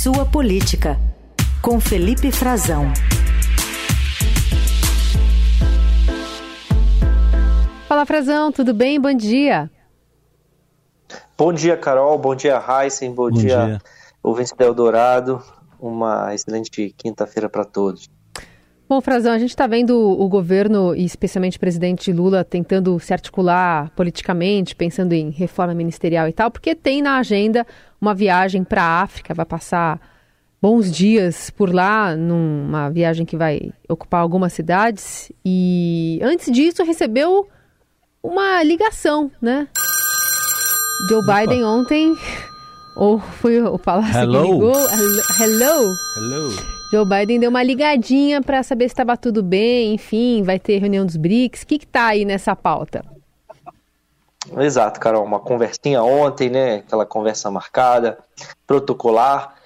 Sua Política, com Felipe Frazão. Fala, Frazão, tudo bem? Bom dia. Bom dia, Carol. Bom dia, Heisen. Bom dia, ouvintes da Eldorado. Uma excelente quinta-feira para todos. Bom, Frazão, a gente está vendo o governo e especialmente o presidente Lula tentando se articular politicamente, pensando em reforma ministerial e tal, porque tem na agenda uma viagem para a África, vai passar bons dias por lá, numa viagem que vai ocupar algumas cidades. E antes disso recebeu uma ligação, né? Joe Biden ontem, ou foi o Palácio que ligou? Hello. Joe Biden deu uma ligadinha para saber se estava tudo bem, enfim, vai ter reunião dos BRICS. O que está aí nessa pauta? Exato, Carol, uma conversinha ontem, né? Aquela conversa marcada, protocolar,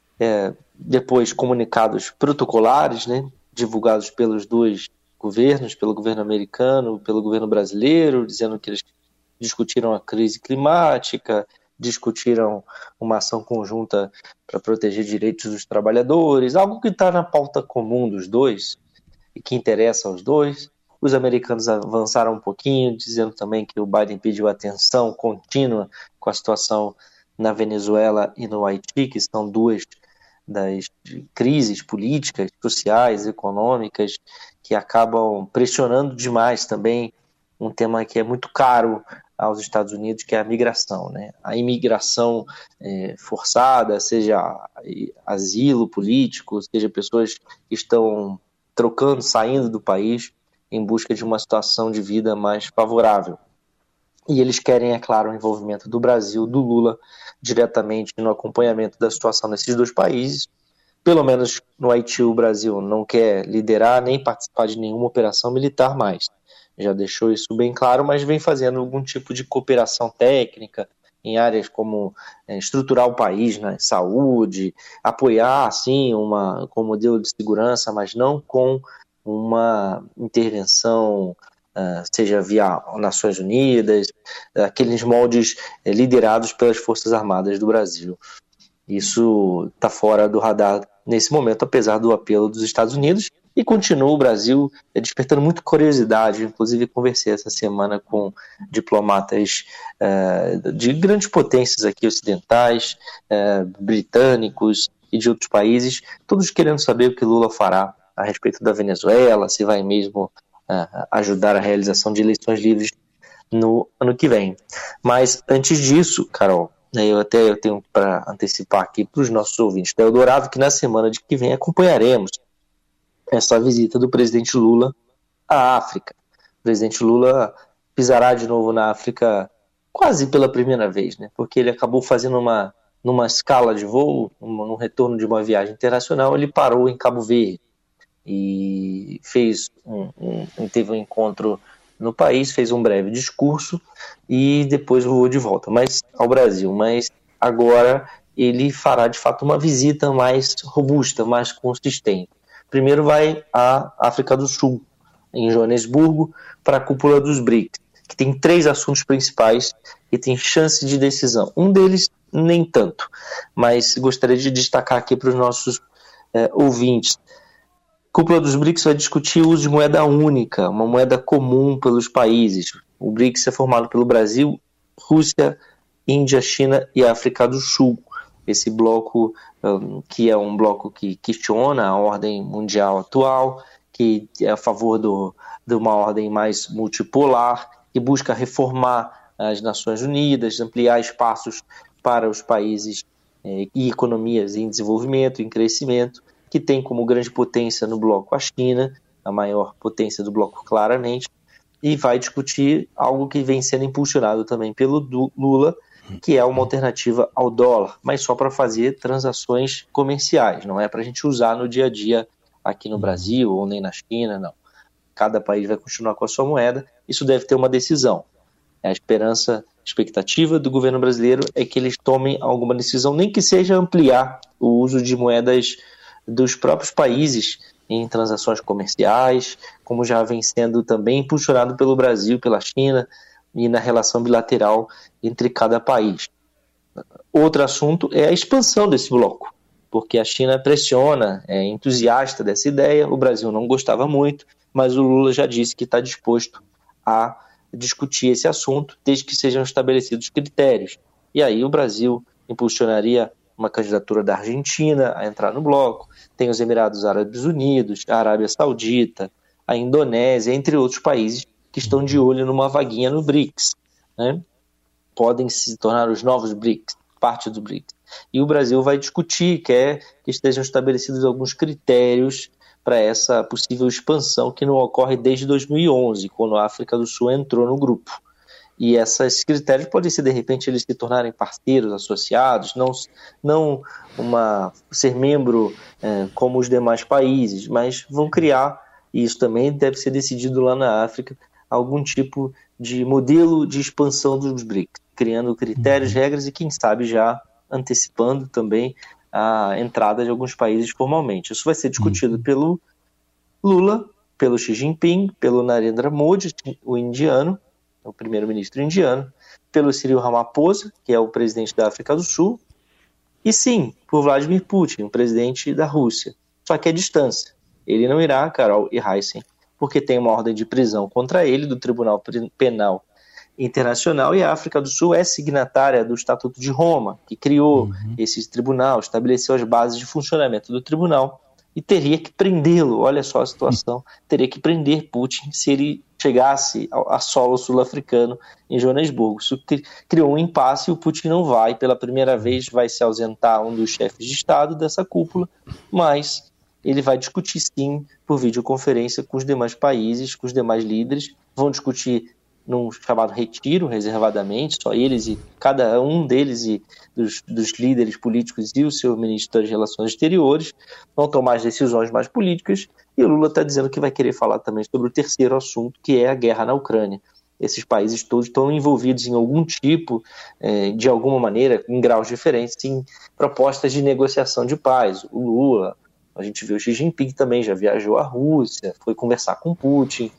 depois comunicados protocolares, né? Divulgados pelos dois governos, pelo governo americano, pelo governo brasileiro, dizendo que eles discutiram a crise climática, discutiram uma ação conjunta para proteger direitos dos trabalhadores, algo que está na pauta comum dos dois e que interessa aos dois. Os americanos avançaram um pouquinho, dizendo também que o Biden pediu atenção contínua com a situação na Venezuela e no Haiti, que são duas das crises políticas, sociais, econômicas, que acabam pressionando demais também um tema que é muito caro aos Estados Unidos, que é a migração, né? A imigração forçada, seja asilo político, seja pessoas que estão trocando, saindo do país em busca de uma situação de vida mais favorável. E eles querem, é claro, o envolvimento do Brasil, do Lula, diretamente no acompanhamento da situação nesses dois países. Pelo menos no Haiti, o Brasil não quer liderar nem participar de nenhuma operação militar mais. Já deixou isso bem claro, mas vem fazendo algum tipo de cooperação técnica em áreas como estruturar o país, né, saúde, apoiar, sim, com um modelo de segurança, mas não com uma intervenção, seja via Nações Unidas, aqueles moldes liderados pelas Forças Armadas do Brasil. Isso está fora do radar nesse momento, apesar do apelo dos Estados Unidos, e continua o Brasil despertando muita curiosidade. Inclusive conversei essa semana com diplomatas de grandes potências aqui ocidentais, britânicos e de outros países, todos querendo saber o que Lula fará a respeito da Venezuela, se vai mesmo ajudar a realização de eleições livres no ano que vem. Mas antes disso, Carol, eu tenho para antecipar aqui para os nossos ouvintes da Eldorado que na semana de que vem acompanharemos essa visita do presidente Lula à África. O presidente Lula pisará de novo na África quase pela primeira vez, né? Porque ele acabou fazendo numa escala de voo, no retorno de uma viagem internacional, ele parou em Cabo Verde e teve um encontro no país, fez um breve discurso e depois voou de volta ao Brasil. Mas agora ele fará de fato uma visita mais robusta, mais consistente. Primeiro vai à África do Sul, em Joanesburgo, para a cúpula dos BRICS, que tem 3 assuntos principais e tem chance de decisão. Um deles, nem tanto, mas gostaria de destacar aqui para os nossos ouvintes. A cúpula dos BRICS vai discutir o uso de moeda única, uma moeda comum pelos países. O BRICS é formado pelo Brasil, Rússia, Índia, China e África do Sul. Esse bloco, que é um bloco que questiona a ordem mundial atual, que é a favor de uma ordem mais multipolar, que busca reformar as Nações Unidas, ampliar espaços para os países e economias em desenvolvimento, em crescimento, que tem como grande potência no bloco a China, a maior potência do bloco claramente, e vai discutir algo que vem sendo impulsionado também pelo Lula, que é uma alternativa ao dólar, mas só para fazer transações comerciais, não é para a gente usar no dia a dia aqui no Brasil ou nem na China, não. Cada país vai continuar com a sua moeda, isso deve ter uma decisão. A expectativa do governo brasileiro é que eles tomem alguma decisão, nem que seja ampliar o uso de moedas dos próprios países em transações comerciais, como já vem sendo também impulsionado pelo Brasil, pela China, e na relação bilateral entre cada país. Outro assunto é a expansão desse bloco. porque a China pressiona, é entusiasta dessa ideia, o Brasil não gostava muito, mas o Lula já disse que está disposto a discutir esse assunto, desde que sejam estabelecidos critérios. E aí o Brasil impulsionaria uma candidatura da Argentina a entrar no bloco, tem os Emirados Árabes Unidos, a Arábia Saudita, a Indonésia, entre outros países que estão de olho numa vaguinha no BRICS, né? Podem se tornar os novos BRICS, parte do BRICS. E o Brasil vai discutir, quer que estejam estabelecidos alguns critérios para essa possível expansão que não ocorre desde 2011, quando a África do Sul entrou no grupo. E esses critérios podem ser, de repente, eles se tornarem parceiros, associados, não ser membro como os demais países, mas vão criar, e isso também deve ser decidido lá na África, algum tipo de modelo de expansão dos BRICS, criando critérios, regras e, quem sabe, já antecipando também a entrada de alguns países formalmente. Isso vai ser discutido pelo Lula, pelo Xi Jinping, pelo Narendra Modi, o indiano, o primeiro-ministro indiano, pelo Cyril Ramaphosa, que é o presidente da África do Sul, e sim, por Vladimir Putin, o presidente da Rússia. Só que à distância. Ele não irá, Carol e Heisen, porque tem uma ordem de prisão contra ele do Tribunal Penal Internacional, e a África do Sul é signatária do Estatuto de Roma, que criou esse tribunal, estabeleceu as bases de funcionamento do tribunal, e teria que prendê-lo, olha só a situação, teria que prender Putin se ele chegasse a solo sul-africano em Joanesburgo. Isso criou um impasse, e o Putin não vai, pela primeira vez vai se ausentar um dos chefes de Estado dessa cúpula, mas ele vai discutir sim por videoconferência com os demais países, com os demais líderes, vão discutir num chamado retiro, reservadamente, só eles e cada um deles e dos líderes políticos e o seu ministro das Relações Exteriores vão tomar as decisões mais políticas, e o Lula está dizendo que vai querer falar também sobre o terceiro assunto, que é a guerra na Ucrânia. Esses países todos estão envolvidos em algum tipo, de alguma maneira, em graus diferentes, em propostas de negociação de paz. O Lula, a gente viu o Xi Jinping também, já viajou à Rússia, foi conversar com Putin,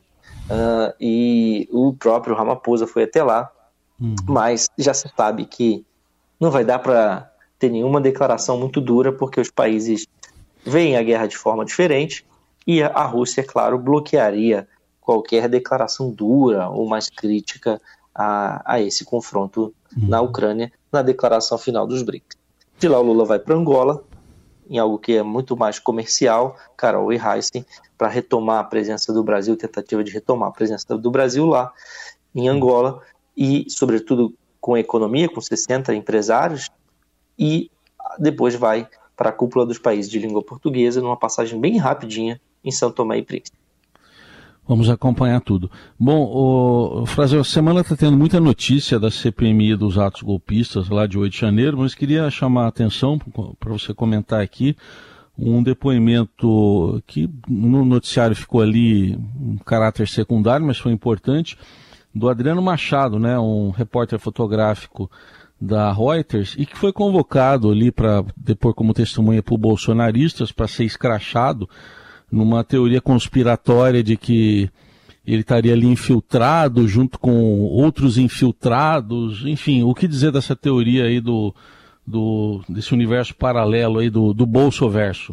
e o próprio Ramaphosa foi até lá, mas já se sabe que não vai dar para ter nenhuma declaração muito dura, porque os países veem a guerra de forma diferente, e a Rússia, é claro, bloquearia qualquer declaração dura ou mais crítica a esse confronto na Ucrânia, na declaração final dos BRICS. De lá o Lula vai para Angola, em algo que é muito mais comercial, Carol e Heisen, para retomar a presença do Brasil, tentativa de retomar a presença do Brasil lá em Angola, e sobretudo com a economia, com 60 empresários, e depois vai para a cúpula dos países de língua portuguesa, numa passagem bem rapidinha em São Tomé e Príncipe. Vamos acompanhar tudo. Bom, Frazão, a semana está tendo muita notícia da CPMI dos atos golpistas lá de 8 de janeiro, mas queria chamar a atenção para você comentar aqui um depoimento que no noticiário ficou ali um caráter secundário, mas foi importante, do Adriano Machado, né, um repórter fotográfico da Reuters, e que foi convocado ali para depor como testemunha por bolsonaristas para ser escrachado numa teoria conspiratória de que ele estaria ali infiltrado junto com outros infiltrados, enfim, o que dizer dessa teoria aí desse universo paralelo aí do Bolsoverso?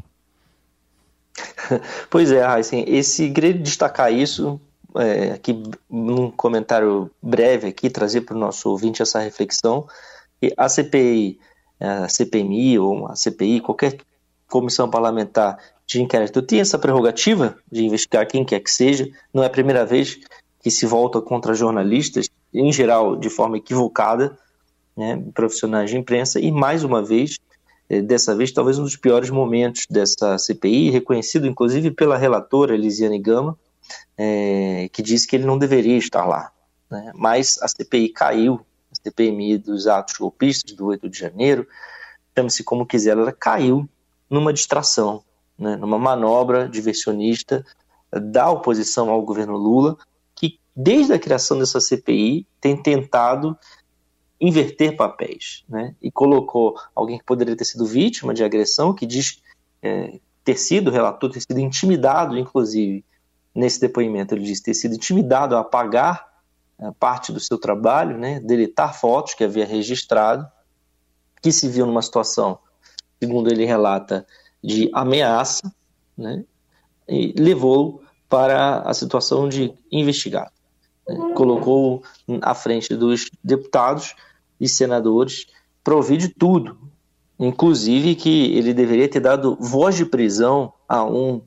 Pois é, Heisen, queria destacar isso, aqui num comentário breve aqui, trazer para o nosso ouvinte essa reflexão, que a CPI, a CPMI ou a CPI, qualquer comissão parlamentar de inquérito tem essa prerrogativa de investigar quem quer que seja. Não é a primeira vez que se volta contra jornalistas, em geral de forma equivocada, né, profissionais de imprensa, e mais uma vez, dessa vez talvez um dos piores momentos dessa CPI, reconhecido inclusive pela relatora Elisiane Gama, que disse que ele não deveria estar lá, né? Mas a CPI caiu, a CPMI dos atos golpistas do 8 de janeiro, chame-se como quiser, ela caiu numa distração, né, numa manobra diversionista da oposição ao governo Lula, que desde a criação dessa CPI tem tentado inverter papéis, né, e colocou alguém que poderia ter sido vítima de agressão, que diz ter sido relator, ter sido intimidado, inclusive, nesse depoimento ele diz ter sido intimidado a apagar parte do seu trabalho, né, deletar fotos que havia registrado, que se viu numa situação segundo ele relata, de ameaça, né, e levou para a situação de investigado. Colocou à frente dos deputados e senadores para ouvir de tudo, inclusive que ele deveria ter dado voz de prisão a um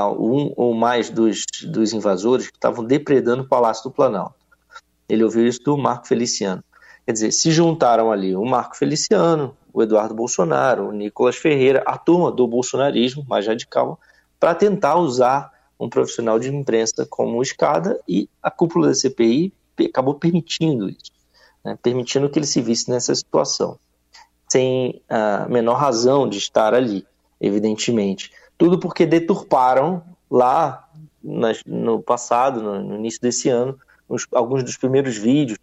ou mais dos invasores que estavam depredando o Palácio do Planalto. Ele ouviu isso do Marco Feliciano. Quer dizer, se juntaram ali o Marco Feliciano, o Eduardo Bolsonaro, o Nicolas Ferreira, a turma do bolsonarismo mais radical, para tentar usar um profissional de imprensa como escada, e a cúpula da CPI acabou permitindo isso, né? Permitindo que ele se visse nessa situação, sem a menor razão de estar ali, evidentemente. Tudo porque deturparam lá no passado, no início desse ano, alguns dos primeiros vídeos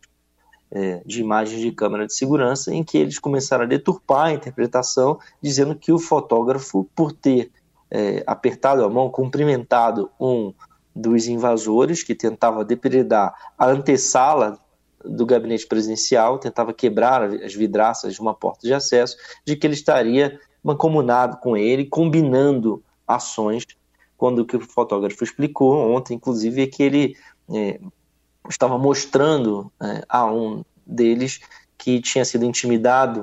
de imagens de câmera de segurança, em que eles começaram a deturpar a interpretação, dizendo que o fotógrafo, por ter apertado a mão, cumprimentado um dos invasores que tentava depredar a antessala do gabinete presidencial, tentava quebrar as vidraças de uma porta de acesso, de que ele estaria mancomunado com ele, combinando ações, quando o que o fotógrafo explicou ontem, inclusive, é que ele estava mostrando a um deles que tinha sido intimidado,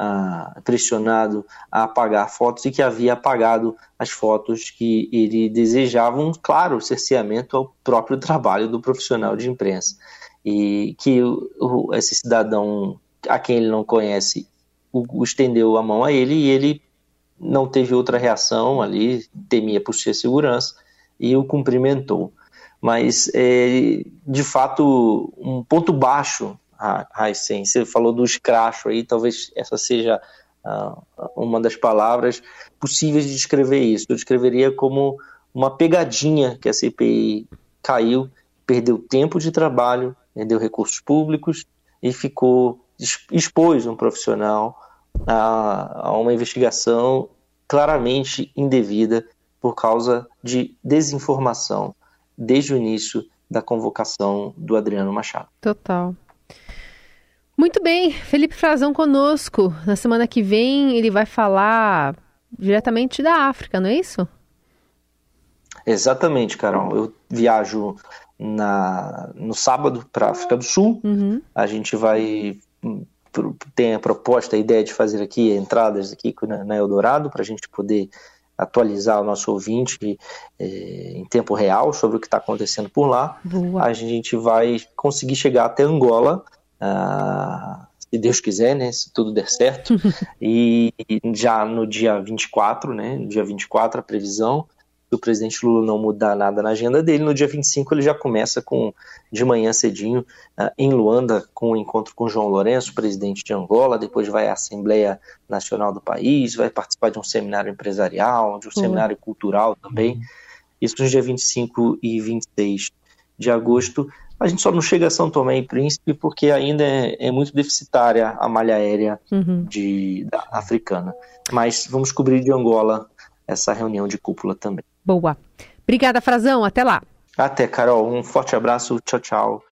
pressionado a apagar fotos, e que havia apagado as fotos que ele desejava, um claro cerceamento ao próprio trabalho do profissional de imprensa. E que esse cidadão, a quem ele não conhece, estendeu a mão a ele, e ele não teve outra reação ali, temia por sua segurança, e o cumprimentou. Mas, de fato, um ponto baixo, Raíssen, você falou do escracho aí, talvez essa seja uma das palavras possíveis de descrever isso. Eu descreveria como uma pegadinha que a CPI caiu, perdeu tempo de trabalho, perdeu recursos públicos e expôs um profissional a uma investigação claramente indevida por causa de desinformação desde o início da convocação do Adriano Machado. Total. Muito bem, Felipe Frazão conosco. Na semana que vem ele vai falar diretamente da África, não é isso? Exatamente, Carol. Eu viajo no sábado para a África do Sul. Uhum. A gente tem a proposta, a ideia de fazer aqui entradas aqui na Eldorado, para a gente poder atualizar o nosso ouvinte em tempo real sobre o que está acontecendo por lá. Boa. A gente vai conseguir chegar até Angola, se Deus quiser, né, se tudo der certo, e já no dia 24, né, no dia 24 a previsão, se o presidente Lula não mudar nada na agenda dele, no dia 25 ele já começa de manhã cedinho em Luanda, com o encontro com João Lourenço, presidente de Angola, depois vai à Assembleia Nacional do país, vai participar de um seminário empresarial, de um seminário cultural também, isso nos dias 25 e 26 de agosto. A gente só não chega a São Tomé e Príncipe porque ainda é muito deficitária a malha aérea africana, mas vamos cobrir de Angola essa reunião de cúpula também. Boa. Obrigada, Frazão. Até lá. Até, Carol. Um forte abraço. Tchau, tchau.